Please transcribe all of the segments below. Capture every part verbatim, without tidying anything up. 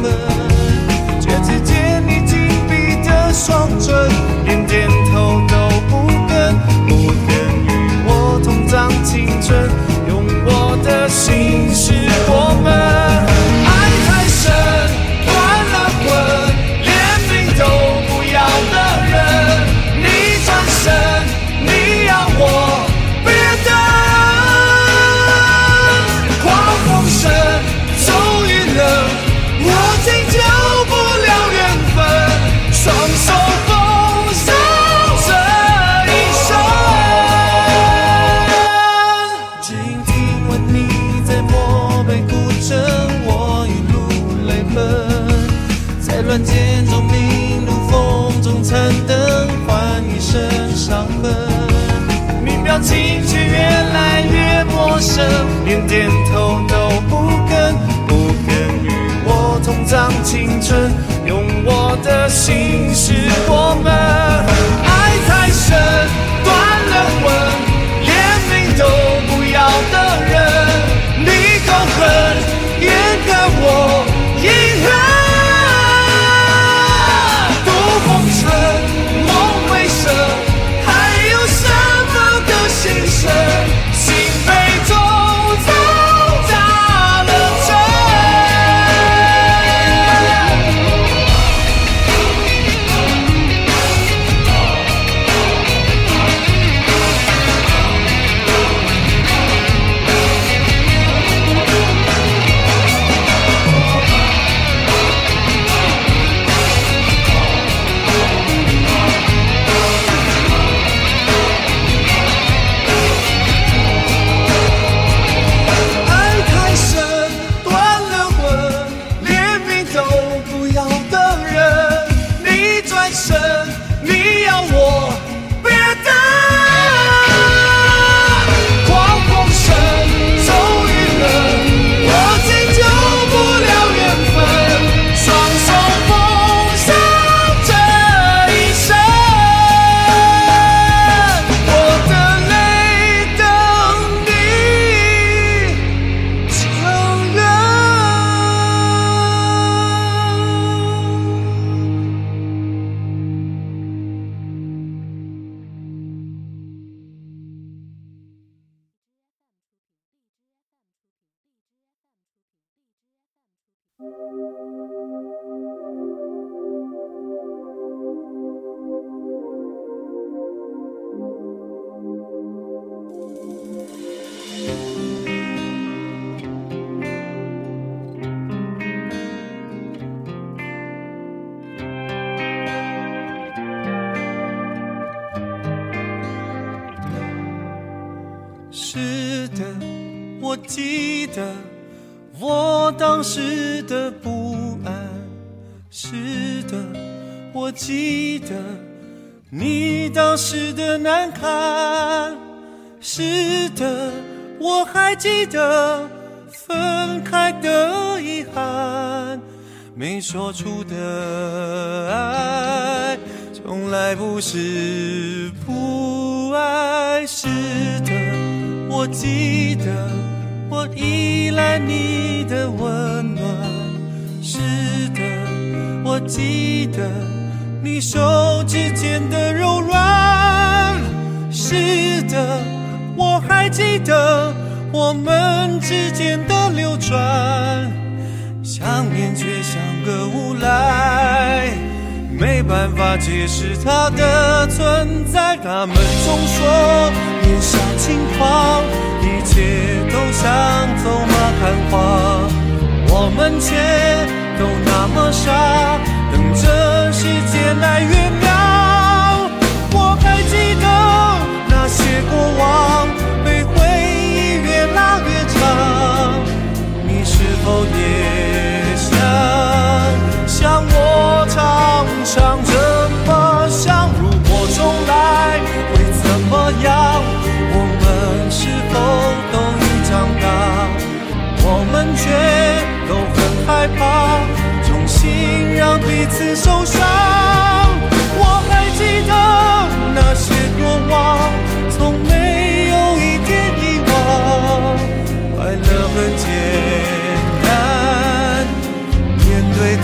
痕。却只见你紧闭的双唇，连点头都不肯，不肯与我同葬青春，用我的心事过门。爱太深，断了魂，连命都不要的人，你转身，你要我别等。狂风声终于冷，我竟救不了缘分，双手奉上这一生。静听闻你在默背古筝，我一路泪奔，在乱箭中迷路，风中残灯换一身伤痕。你表情却越来越陌生，连点头都不肯，不肯与我同葬青春，用我的心事过门。爱太深，断了魂，连命都不要的人，你口恨，眼看我遗憾。渡红尘，梦回声，还有什么的心声？心被重造大了针。爱太深，断了魂，连命都不要的人，你转身，你要我别等。狂风声终于冷，我竟救不了缘分，双手奉上这一生。我的泪等你承认。是的，我记得我当时的不安。是的，我记得你当时的难堪。是的，我还记得分开的遗憾。没说出的爱，从来不是不爱。是的，我记得我依赖你的温暖。是的，我记得你手指间的柔软。是的，我还记得我们之间的流转。想念却像个无赖，没办法解释它的存在。他们总说年少轻狂，一切都像走马看花，我们却都那么傻，等着时间来原谅。我还记得那些过往，被回忆越拉越长。你是否也想像我常常这么想？如果重来会怎么样？我们是否都已长大？我们却都很害怕重新让彼此受伤。我还记得那些过往，从没有一天遗忘。快乐很简单，面对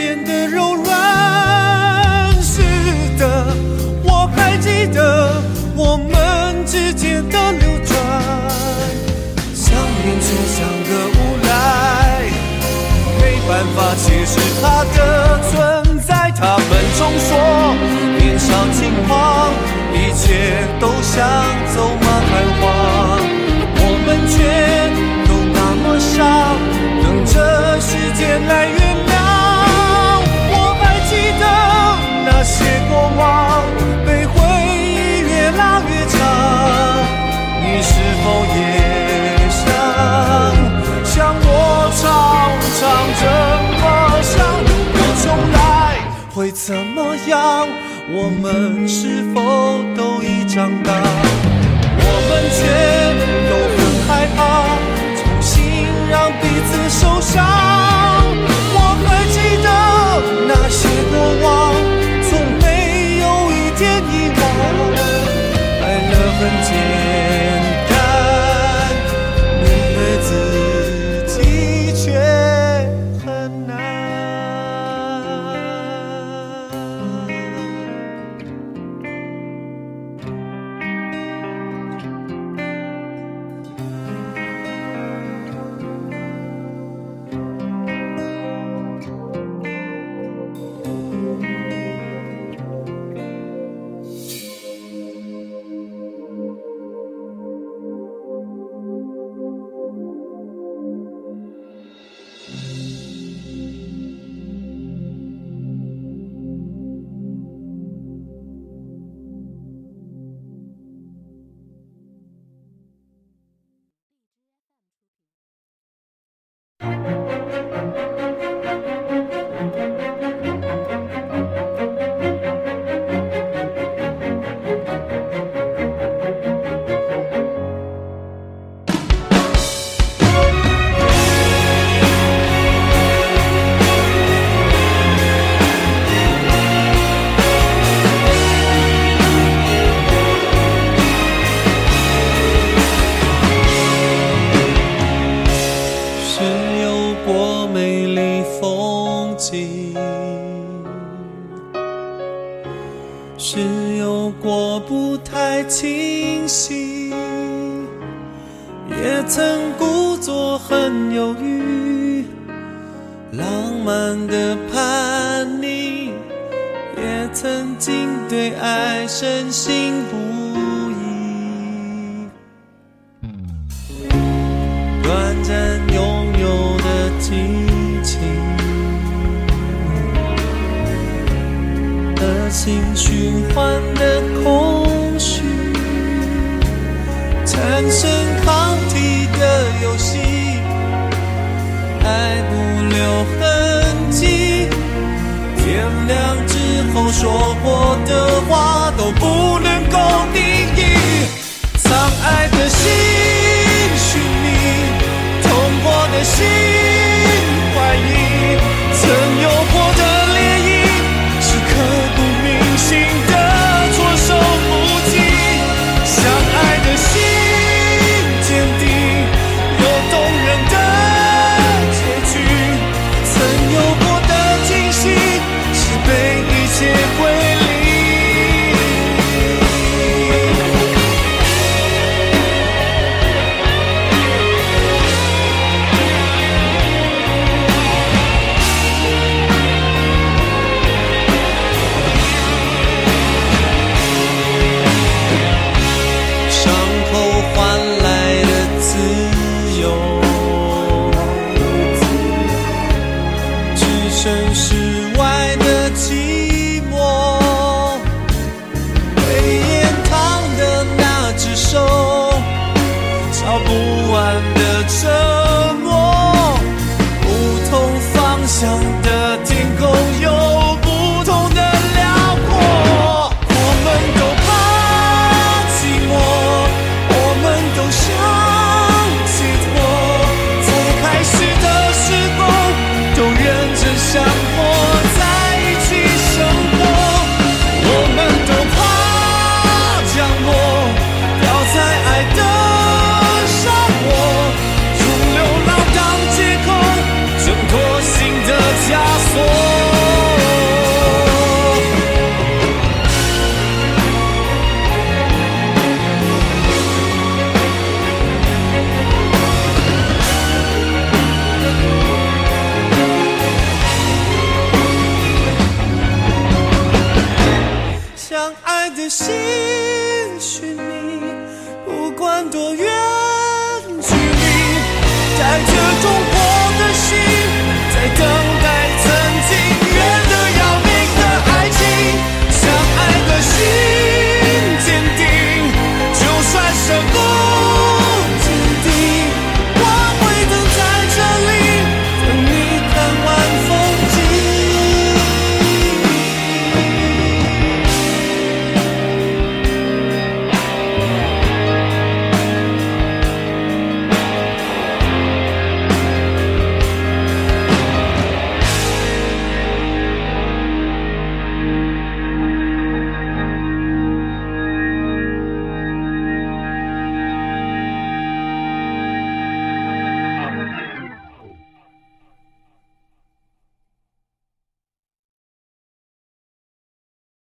间的柔软。是的，我还记得我们之间的流转，想念却像个无赖，没办法解释它的存在。他们总说年少轻狂，一切都像走马看花，我们却都那么傻，等着时间来原谅。我还记得那些过往，被回忆越拉越长，你是否也想像我常常这么想？如果重来会怎么样？我们是否都已长大？我们却都很害怕重新让彼此受伤。我还记得那些过往，从没有一天遗忘。快乐很简单，面对自己却很难。是有过不太清晰，也曾故作很犹豫，浪漫的叛逆，也曾经对爱深信不疑，短暂拥有的激情，恶性循环的空虚，产生抗体的游戏，爱不留痕迹，天亮之后说过的话都不能够定义，藏爱的心寻觅，痛过的心怀疑，曾有过的涟漪，是刻骨铭心的措手不及，相爱的心坚定，有动人的结局，曾有过的惊喜，是被一切归零。伤口换来的自由，只剩室外的寂寞，被淹烫的那只手，找不完的折磨，不同方向的天空有不同的辽阔，我们都怕寂寞，我们都想解脱，在开始的时候都认真想活在的心寻觅，不管多远距离，带着中国的心在等